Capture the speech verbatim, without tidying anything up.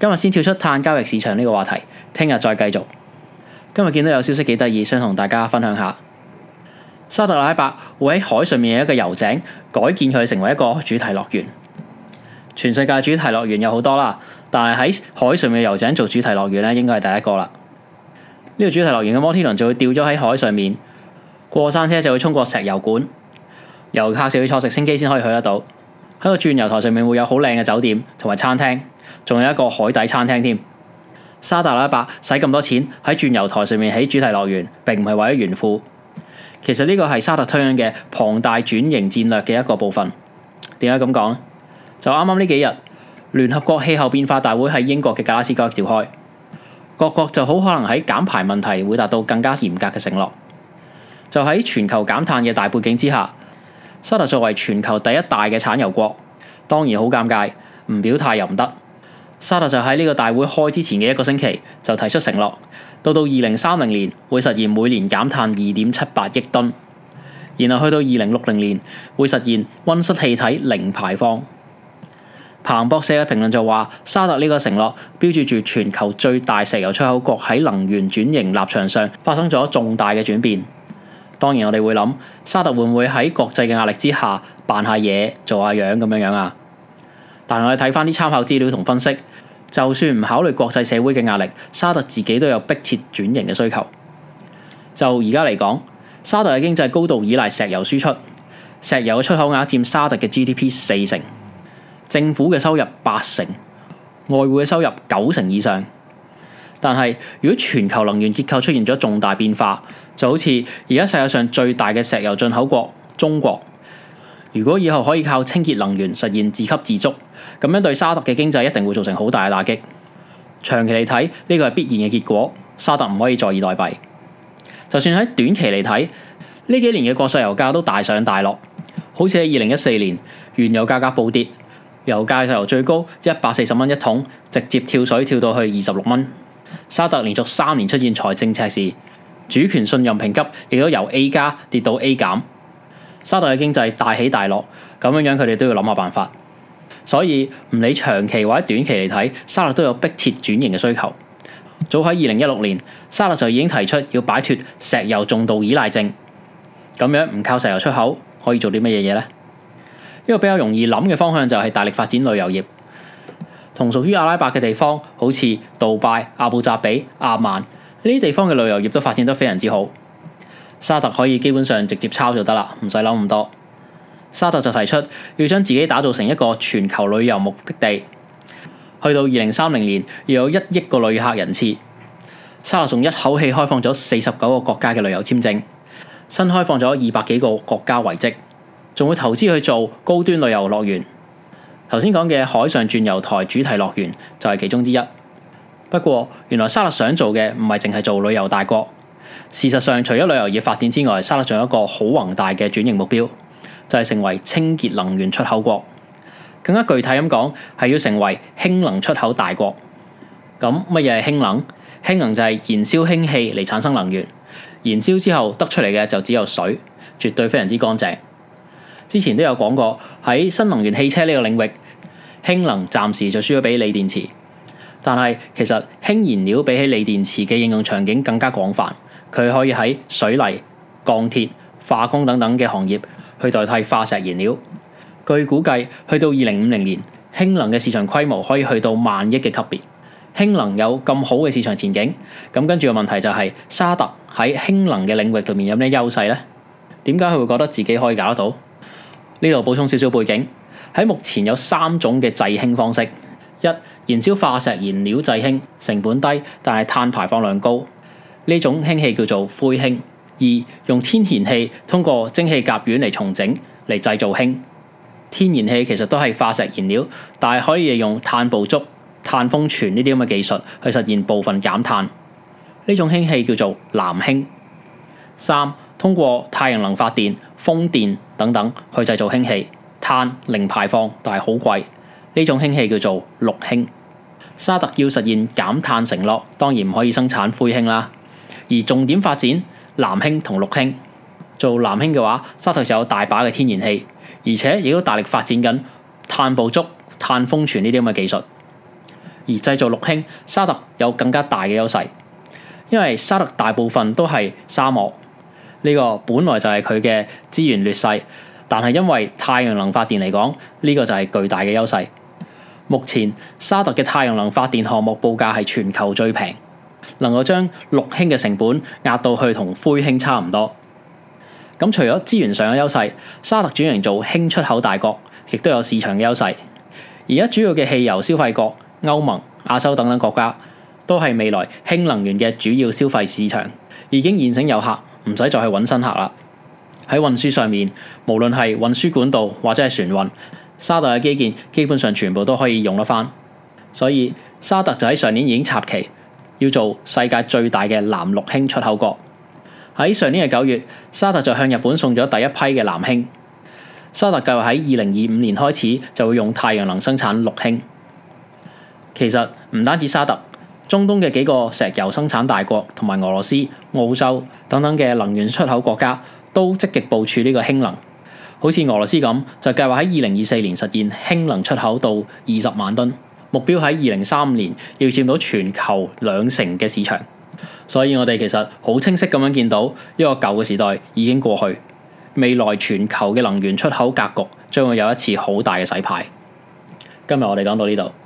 今日先跳出碳交易市場呢個話題，聽日再繼續。今日見到有消息幾得意，想同大家分享下。沙特阿拉伯會喺海上面有一個油井，改建佢成為一個主題樂園。全世界主題樂園有好多啦，但係喺海上面嘅油井做主題樂園咧，應該係第一個啦。呢個主題樂園嘅摩天輪就會吊咗喺海上面，過山車就會衝過石油管，遊客就要坐直升機先可以去得到。喺個轉油台上面會有好靚嘅酒店同埋餐廳，仲有一個海底餐廳添。沙特阿拉伯使咁多錢喺轉油台上面起主題樂園，並唔係為咗炫富。其實呢個係沙特推緊嘅龐大轉型戰略嘅一個部分。點解咁講呢？就啱啱呢幾日，聯合國氣候變化大會喺英國嘅格拉斯哥召開，各國就好可能喺減排問題會達到更加嚴格嘅承諾。就喺全球減碳嘅大背景之下，沙特作為全球第一大嘅產油國，當然好尷尬，唔表態又唔得。沙特就喺呢個大會開之前嘅一個星期就提出承諾，到到二零三零年會實現每年減碳二點七八億噸，然後去到二零六零年會實現溫室氣體零排放。彭博社嘅評論就話，沙特呢個承諾標誌住全球最大石油出口國喺能源轉型立場上發生咗重大嘅轉變。當然我哋會諗，沙特會唔會喺國際嘅壓力之下扮下嘢做下樣咁樣樣啊？但係我哋睇翻啲參考資料同分析，就算唔考慮國際社會嘅壓力，沙特自己都有迫切轉型嘅需求。就而家嚟講，沙特嘅經濟高度依賴石油輸出，石油嘅出口額佔沙特嘅 G D P 四成，政府嘅收入八成，外匯嘅收入九成以上。但係如果全球能源結構出現咗重大變化，就好似而家世界上最大嘅石油進口國中國，如果以後可以靠清潔能源實現自給自足，咁樣對沙特嘅經濟一定會造成好大嘅打擊。長期嚟睇，呢個係必然嘅結果，沙特唔可以坐以待斃。就算喺短期嚟睇，呢幾年嘅國際油價都大上大落，好似喺二零一四年，原油價格暴跌，油價由最高一百四十蚊一桶，直接跳水跳到去二十六蚊。沙特連續三年出現財政赤字，主權信任評級亦都由 A 加跌到 A 減。沙特嘅經濟大起大落，咁樣樣佢哋都要諗下辦法。所以唔理長期或者短期嚟睇，沙特都有迫切轉型嘅需求。早喺二零一六年，沙特就已經提出要擺脫石油重度依賴症。咁樣唔靠石油出口，可以做啲乜嘢嘢呢？一個比較容易諗嘅方向就係大力發展旅遊業。同屬於阿拉伯嘅地方，好似杜拜、阿布扎比、阿曼呢啲地方嘅旅遊業都發展得非常之好。沙特可以基本上直接抄就得啦，唔使諗咁多。沙特就提出要將自己打造成一個全球旅遊目的地，去到二零三零年要有一億個旅客人次。沙特仲一口氣開放咗四十九個國家嘅旅遊簽證，新開放咗二百幾個國家遺跡，仲會投資去做高端旅遊樂園。頭先講嘅海上轉油台主題樂園就係其中之一。不過原來沙特想做嘅唔係淨係做旅遊大國，事實上除咗旅遊業發展之外，沙特仲有一個好宏大嘅轉型目標，就係成為清潔能源出口國。更加具體咁講，係要成為氫能出口大國。咁乜嘢係氫能？氫能就係燃燒氫氣嚟產生能源，燃燒之後得出嚟嘅就只有水，絕對非常之乾淨。之前都有講過，喺新能源汽車呢個領域，氫能暫時就輸咗俾鋰電池。但係其實氫燃料比起鋰電池嘅應用場景更加廣泛，佢可以喺水泥、鋼鐵、化工等等嘅行業去代替化石燃料。據估計，去到二零五零年，氫能嘅市場規模可以去到萬億嘅級別。氫能有咁好嘅市場前景，咁跟住個問題就係、是、沙特喺氫能嘅領域裏面有咩優勢呢？點解佢會覺得自己可以搞得到？呢度補充少少背景，喺目前有三種嘅製氫方式：一、燃燒化石燃料製氫，成本低，但係碳排放量高，呢種氫氣叫做灰氫；二、用天然氣通過蒸汽甲烷嚟重整嚟製造氫。天然氣其實都係化石燃料，但係可以利用碳捕捉、碳封存呢啲咁嘅技術去實現部分減碳。呢種氫氣叫做藍氫。三、通過太陽能發電、風電等等去製造氫氣，碳零排放，但係好貴。呢種氫氣叫做綠氫。沙特要實現減碳承諾，當然唔可以生產灰氫啦，而重點發展藍氫同綠氫。做藍氫嘅話，沙特就有大把嘅天然氣，而且亦都大力發展緊碳捕捉、碳封存呢啲咁嘅技術。 而製造綠氫，沙特有更加大嘅優勢，因為沙特大部分都係沙漠，呢個本來就係佢嘅資源劣勢，但係因為太陽能發電嚟講，呢個就係巨大嘅優勢。目前沙特嘅太陽能發電項目報價係全球最平，能夠將綠氫嘅成本壓到去同灰氫差唔多。咁除咗資源上嘅優勢，沙特轉型做氫出口大國，亦都有市場嘅優勢。而家主要嘅汽油消費國歐盟、亞洲等等國家，都係未來氫能源嘅主要消費市場，已經現成有客，唔使再去揾新客啦。喺運輸上面，無論係運輸管道或者係船運，沙特嘅基建基本上全部都可以用得返。所以沙特就喺上年已經插旗，要做世界最大嘅藍綠氫出口國。喺上年嘅九月，沙特就向日本送咗第一批嘅藍氫。沙特計劃喺二零二五年開始就會用太陽能生產綠氫。其實唔單止沙特，中東嘅幾個石油生產大國同埋俄羅斯、澳洲等等嘅能源出口國家都積極部署呢個氫能。好似俄羅斯咁，就計劃喺二零二四年實現氫能出口到二十萬噸，目標喺二零三五年要佔到全球兩成嘅市場。所以我哋其實好清晰咁樣見到，呢個舊嘅時代已經過去，未來全球嘅能源出口格局將會有一次好大嘅洗牌。今日我哋講到呢度。